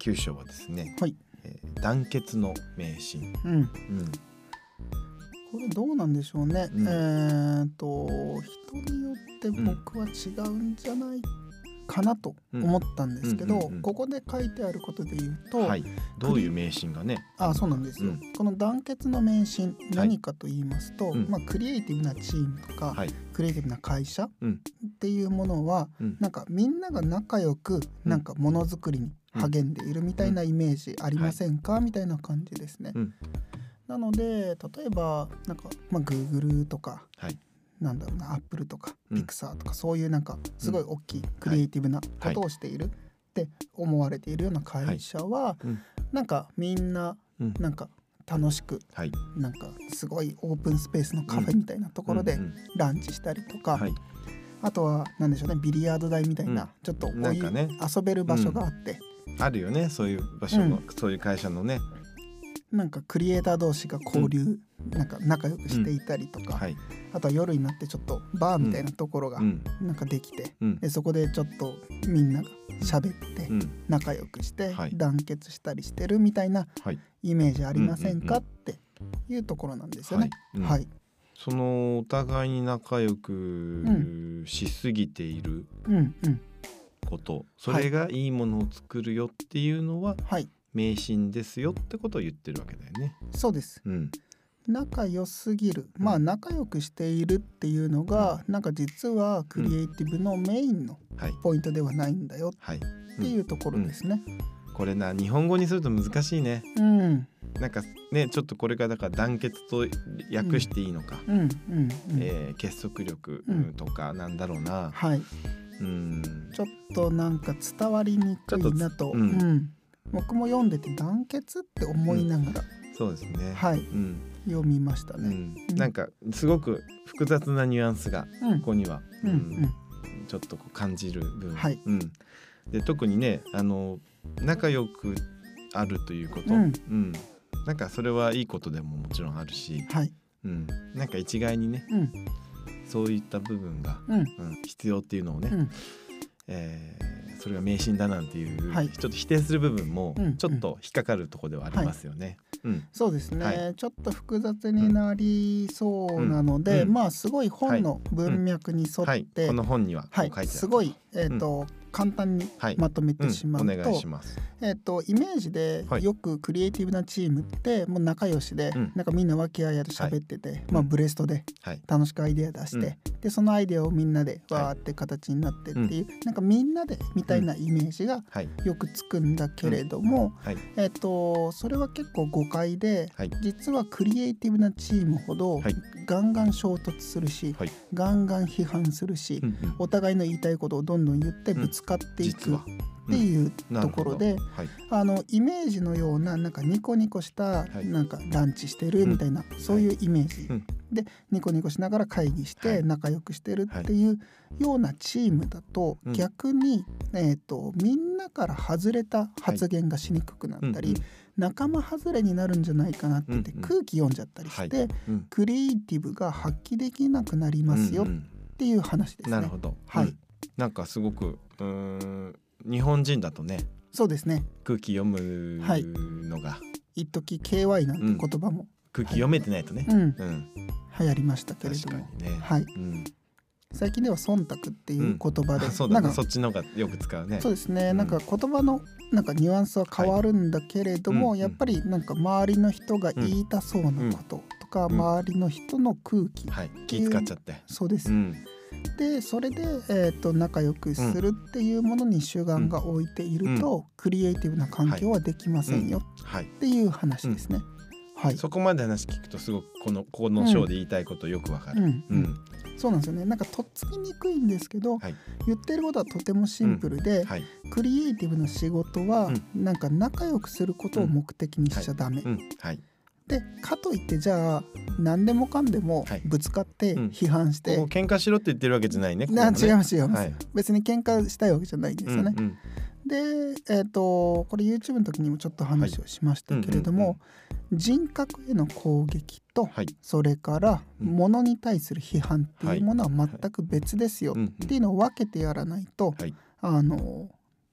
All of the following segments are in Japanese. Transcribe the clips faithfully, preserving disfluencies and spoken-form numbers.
きゅう章はですね、 はい、 えー団結の迷信、 うん、 うんこれどうなんでしょうね、 うんえーと人によって僕は違うんじゃないかなと思ったんですけど、 うんうんうんうんここで書いてあることで言うと、 はい、どういう迷信がねあそうなんですよ、 うんこの団結の迷信何かと言いますと、 うんまあ、クリエイティブなチームとか、 はい、 クリエイティブな会社うんっていうものは、 うんなんかみんなが仲良くなんかものづくりに励んでいるみたいなイメージありませんか、みたいな感じですね、 うんなので例えばなんか、まあ、Google とかはいなんだろうな Apple とかうん Pixar とか、そういうなんかすごい大きいクリエイティブなことをしているって思われているような会社は、 うんなんかみんなうんなんか楽しくはいなんかすごいオープンスペースのカフェみたいなところでうんうんランチしたりとか、 はいあとはなんでしょうね、ビリヤード台みたいな、 うんちょっとお湯なんかね遊べる場所があって、 あるよね、そういう場所の、 うんそういう会社のね、 なんかクリエイター同士が交流、なんか仲良くしていたりとか、 はい、 あとは夜になってちょっとバーみたいなところがうんなんかできて、 うんでそこでちょっとみんなが喋ってうん仲良くしてはい団結したりしてるみたいなはいイメージありませんか、 うんうんうんっていうところなんですよね。 うんはい、 そのお互いに仲良くしすぎているうんうんこと、それがいいものを作るよっていうのははい、 迷信ですよってことを言ってるわけだよね。 そうです。 うん仲良すぎる、まあ仲良くしているっていうのが、なんか実はクリエイティブのメインのはいポイントではないんだよはい、 っていうところですね。 これな日本語にすると難しいね。 うんなんかねちょっとこれがだから団結と訳していいのか、 うんうんうん、 えー結束力うんとかなんだろうな、 はい、 うんちょっとなんか伝わりにくいなと、 ちょっとうんうん僕も読んでて団結って思いながら、 そうですね。 はいうん読みましたね。 うん、なんかすごく複雑なニュアンスがうんここには、 うんうんちょっとこう感じる部分、 はいうん、で特にねあの仲良くあるということ、 うんうんなんかそれはいいことでももちろんあるし、 はい、 うん、なんか一概にねうんそういった部分が、 うんうん、必要っていうのをね、 うんえーそれが迷信だなんていう、 はいちょっと否定する部分もうんちょっと引っかかるところではありますよね。うんそうですね、 はいちょっと複雑になりそうなので、 うんうんまあすごい本の文脈に沿はい、 って、 この本にはこうはい書いてある、 すごい、えーと簡単にはいまとめてしまうと、 うん、お願いします。 えー、とイメージではいよくクリエイティブなチームってもう仲良しで、 うんなんかみんな和気あいあいと喋ってて、まあ、 うんブレストではい楽しくアイデア出して、でそのアイデアをみんなでわーって形になってっていう、なんかみんなでみたいなイメージがはいよくつくんだけれども、 はいえー、とそれは結構誤解で、 はい実はクリエイティブなチームほどはいガンガン衝突するし、 はいガンガン批判するし、 うんうんお互いの言いたいことをどんどん言ってぶつかっていく実はっていうところで、 はいあのイメージのようななんかニコニコしたはいなんかランチしてるみたいな、そういうイメージ、 うんでニコニコしながら会議しはいて仲良くしてるっていうようなチームだと、 うん逆に、えー、とみんなから外れた発言がしにくくなったり、 うんうん仲間外れになるんじゃないかなって言ってうんうん空気読んじゃったりして、 はいうんクリエイティブが発揮できなくなりますよっうんうんていう話ですね。 なるほど、 はいうんなんかすごくうーん日本人だとねそうですね。 空気読むはいのが、 一時 ケーワイ なんて言葉も、 空気読めてないとね、 うんうん流行りましたけれ確かども、 にね、 はい、 うん、 最近では忖度っていう言葉で、 あそうだなんかねそっちの方がよく使うね。 そうですね、 うんなんか言葉のなんかニュアンスは変わるんだけれども、 はいうんやっぱりなんか周りの人が言いたそうなこととか、 うん周りの人の空気、 はい気使っちゃって、 そうです、 うんでそれで、えー、と仲良くするっていうものに主眼が置いていると、クリエイティブな環境はできませんよはい、 っていう話ですね。はい、 そこまで話聞くとすごくこのこの章で言いたいことよくわかる。 うんうんそうなんですよね。なんかとっつきにくいんですけど、 はい言ってることはとてもシンプルで、 はいクリエイティブな仕事は、なんか仲良くすることを目的にしちゃダメ、 うんはいでかといってじゃあ何でもかんでもはいぶつかってうん批判して、 ここ喧嘩しろって言ってるわけじゃないね。ここなもね違います違います、 はい別に喧嘩したいわけじゃないんですよね。 うんうんで、えー、とこれ YouTube の時にもちょっと話をしましたけれども、人格への攻撃と、 はいそれからうん物に対する批判っていうものは全く別ですようんうんっていうのを分けてやらないと、 はいあの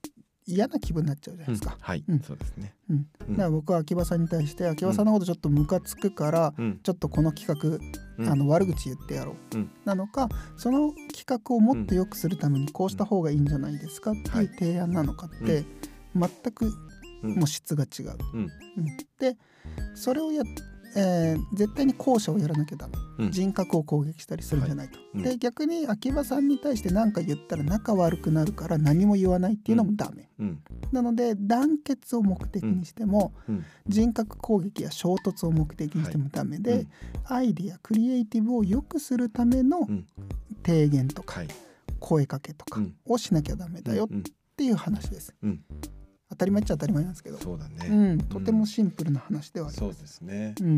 嫌な気分になっちゃうじゃないですか、 うん、はい、 うん、 そうですね、 うん、だから僕は秋葉さんに対して秋葉さんのことちょっとムカつくから、うん、ちょっとこの企画、うん、あの悪口言ってやろう、うん、なのかその企画をもっと良くするためにこうした方がいいんじゃないですかっていう提案なのかって、うん、全くもう質が違う、うんうん、でそれをやえー、絶対に後者をやらなきゃダメ、うん、人格を攻撃したりするんじゃないと、はい、で逆に秋葉さんに対して何か言ったら仲悪くなるから何も言わないっていうのもダメ、うん、なので団結を目的にしても、うん、人格攻撃や衝突を目的にしてもダメで、はい、アイディアクリエイティブを良くするための提言とか、うん、声かけとかをしなきゃダメだよっていう話です、うん、当たり前っちゃ当たり前なんですけど、 そうだね、 うん、とてもシンプルな話ではあります、 うん、そうですね、うんうん、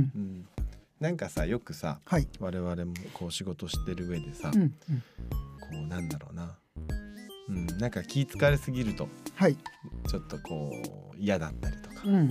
なんかさよくさ、はい、我々もこう仕事してる上でさ、うんうん、こうなんだろうな、うん、なんか気疲れすぎると、はい、ちょっとこう嫌だったりとか、うんうんうん、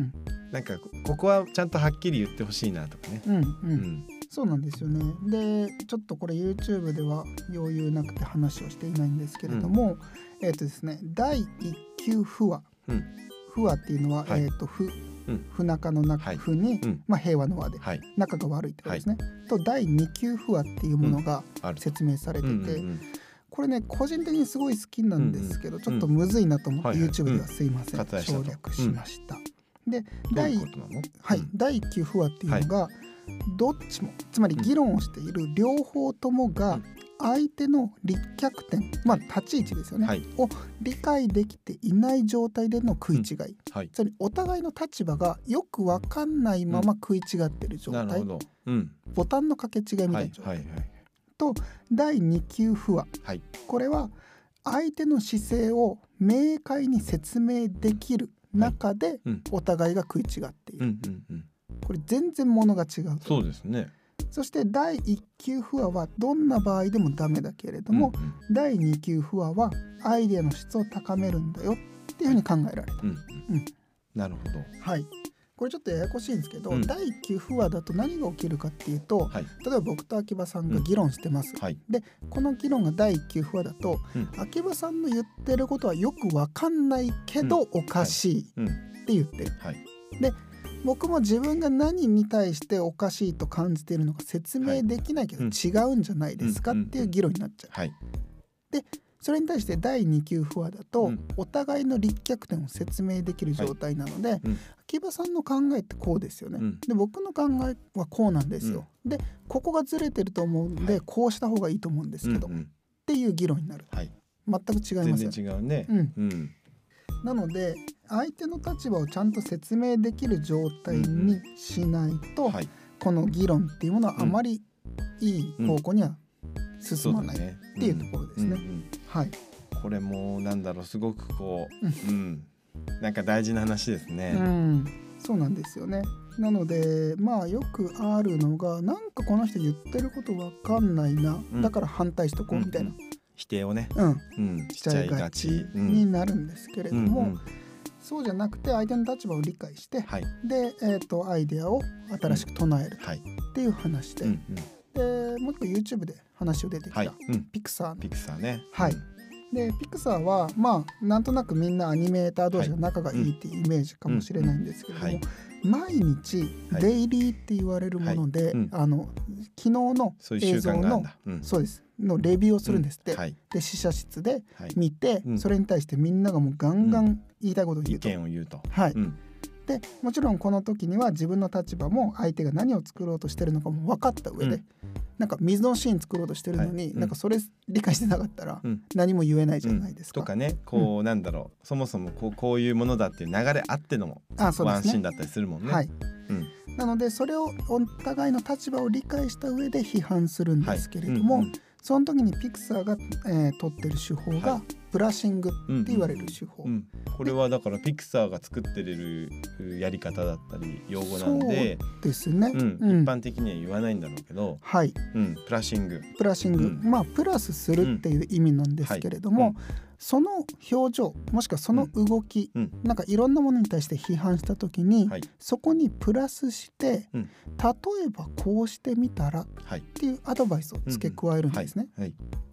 なんかここはちゃんとはっきり言ってほしいなとかね、うんうんうん、そうなんですよね。でちょっとこれ YouTube では余裕なくて話をしていないんですけれども、うん、えっとですねだいいっきゅう不和、うん、不和っていうのは、はい、えっと不、うん、不仲の中、はい、不に、うん、まあ、平和の和で、はい、仲が悪いってことですね、はい、とだいに級不和っていうものが説明されてて、うんうんうん、これね個人的にすごい好きなんですけど、うんうん、ちょっとむずいなと思って、うん、YouTube ではすいません、はいはい、省略しました、うん、でだいいっ級不和っていうのが、はい、どっちもつまり議論をしている両方ともが相手の立脚点、まあ立ち位置ですよね、はい、を理解できていない状態での食い違い、うんはい、つまりお互いの立場がよく分かんないまま食い違っている状態、うん、なるほど、うん、ボタンの掛け違いみたいな状態、はいはいはい、とだいに級不和、はい、これは相手の姿勢を明快に説明できる中でお互いが食い違っている、うんうんうん、これ全然ものが違うと。 そうですね。 そしてだいいっ級不和はどんな場合でもダメだけれども、うんうん、だいに級不和はアイデアの質を高めるんだよっていうふうに考えられる、うんうんうん、 なるほど。 はい、これちょっとややこしいんですけど、うん、だいいっ級不和だと何が起きるかっていうと、はい、例えば僕と秋葉さんが議論してます、うんはい、でこの議論がだいいっ級不和だと、うん、秋葉さんの言ってることはよく分かんないけどおかしいって言ってる、はい、で僕も自分が何に対しておかしいと感じているのか説明できないけど違うんじゃないですかっていう議論になっちゃう、はい、でそれに対してだいに級不和だと、うん、お互いの立脚点を説明できる状態なので、はいうん、秋葉さんの考えってこうですよね、うん、で僕の考えはこうなんですよ、うん、でここがずれてると思うんで、はい、こうした方がいいと思うんですけど、うんうん、っていう議論になる、はい、全く違いますよね。 全然違うね、 うんうん、なので相手の立場をちゃんと説明できる状態にしないと、うんうんはい、この議論っていうものはあまりいい方向には進まない、うん、っていうところですね、うんうんうん、はい、 これもなんだろうすごくこう、うん、なんか大事な話ですね、 うん、そうなんですよね。なのでまあよくあるのがなんかこの人言ってることわかんないな、うん、だから反対しとこうみたいな、うんうん、 否定をね、 うんうん、しちゃいがちになるんですけれども、うんうん、そうじゃなくて相手の立場を理解して、はい、で、えーと、アイデアを新しく唱えるっていう話で、うんはいでもう一個 YouTube で話を出てきた、はいうん、ピクサーピクサーね、 はい、でピクサーはまあなんとなくみんなアニメーター同士が仲がいいっていうイメージかもしれないんですけれども、はいうんうんはい、毎日デイリーって言われるもので、はいうん、あの昨日の映像のそう、うん、そうですのレビューをするんですって、うんはい、で試写室で見て、はいうん、それに対してみんながもうガンガン言いたいことを言うと、 意見を言うと、 はいうん、でもちろんこの時には自分の立場も相手が何を作ろうとしてるのかも分かった上で、うん、なんか水のシーン作ろうとしてるのに、はいうん、なんかそれ理解してなかったら何も言えないじゃないですか、 うん、とかねこう、うん、なんだろうそもそもこう、こういうものだっていう流れあってのワンシーンだったりするもんね。はいうん、 なのでそれをお互いの立場を理解した上で批判するんですけれども、はいうんうん、その時にピクサーが、えー、取ってる手法が、はい、ブラッシングって言われる手法、うんうん、 これはだからピクサーが作ってるやり方だったり用語なんでそうですね、 うんうん、一般的には言わないんだろうけど、 はいうん、プラッシングプラッシング、うん、まあプラスするっていう意味なんですけれども、うんはいうん、その表情もしくはその動き、うん、なんかいろんなものに対して批判した時に、はい、そこにプラスして、うん、例えばこうしてみたらっていうアドバイスを付け加えるんですね、はいはい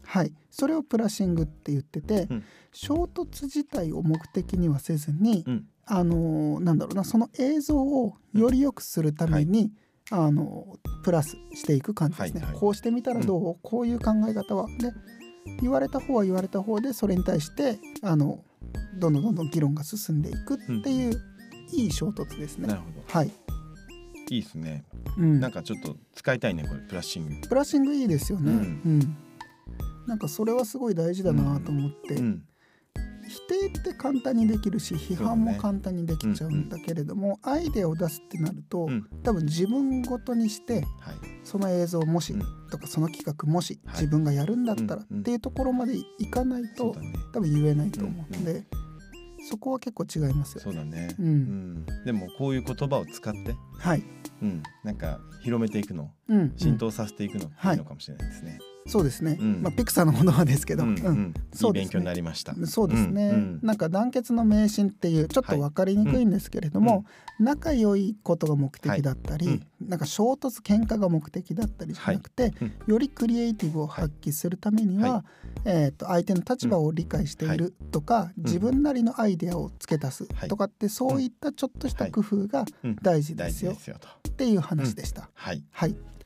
はい、それをプラッシングって言ってて、うん、衝突自体を目的にはせずに、うん、あのなんだろうなその映像をより良くするために、うんはい、あのプラスしていく感じですね、はいはい、こうしてみたらどう、うん、こういう考え方はで言われた方は言われた方でそれに対してあのどんどんどんどん議論が進んでいくっていう、うん、いい衝突ですね。 なるほど、 はい、 いいですね、うん、なんかちょっと使いたいねこれプラッシングプラッシングいいですよね、うんうん、なんかそれはすごい大事だなと思って、うんうん、否定って簡単にできるし批判も簡単にできちゃうんだけれども、うんうん、アイデアを出すってなると、うん、多分自分ごとにして、はい、その映像もし、うん、とかその企画もし、はい、自分がやるんだったらっていうところまでいかないと、うんうん、多分言えないと思うので、うんうん、そこは結構違いますよね。 そうだね、うんうん、でもこういう言葉を使って、はいうん、なんか広めていくの、うんうん、浸透させていくのっていいのかもしれないですね、はい、 そうですね、うんまあ、ピクサーのものはですけど、うんうん、 いい勉強になりました。 そうですね、うんうん、なんか団結の迷信っていうちょっと分かりにくいんですけれども、はいうん、仲良いことが目的だったり、はいうん、なんか衝突喧嘩が目的だったりじゃなくて、はいうん、よりクリエイティブを発揮するためには、はいえー、と相手の立場を理解しているとか、うん、自分なりのアイデアを付け足すとかって、そういったちょっとした工夫が大事ですよっていう話でした、うんはいはい、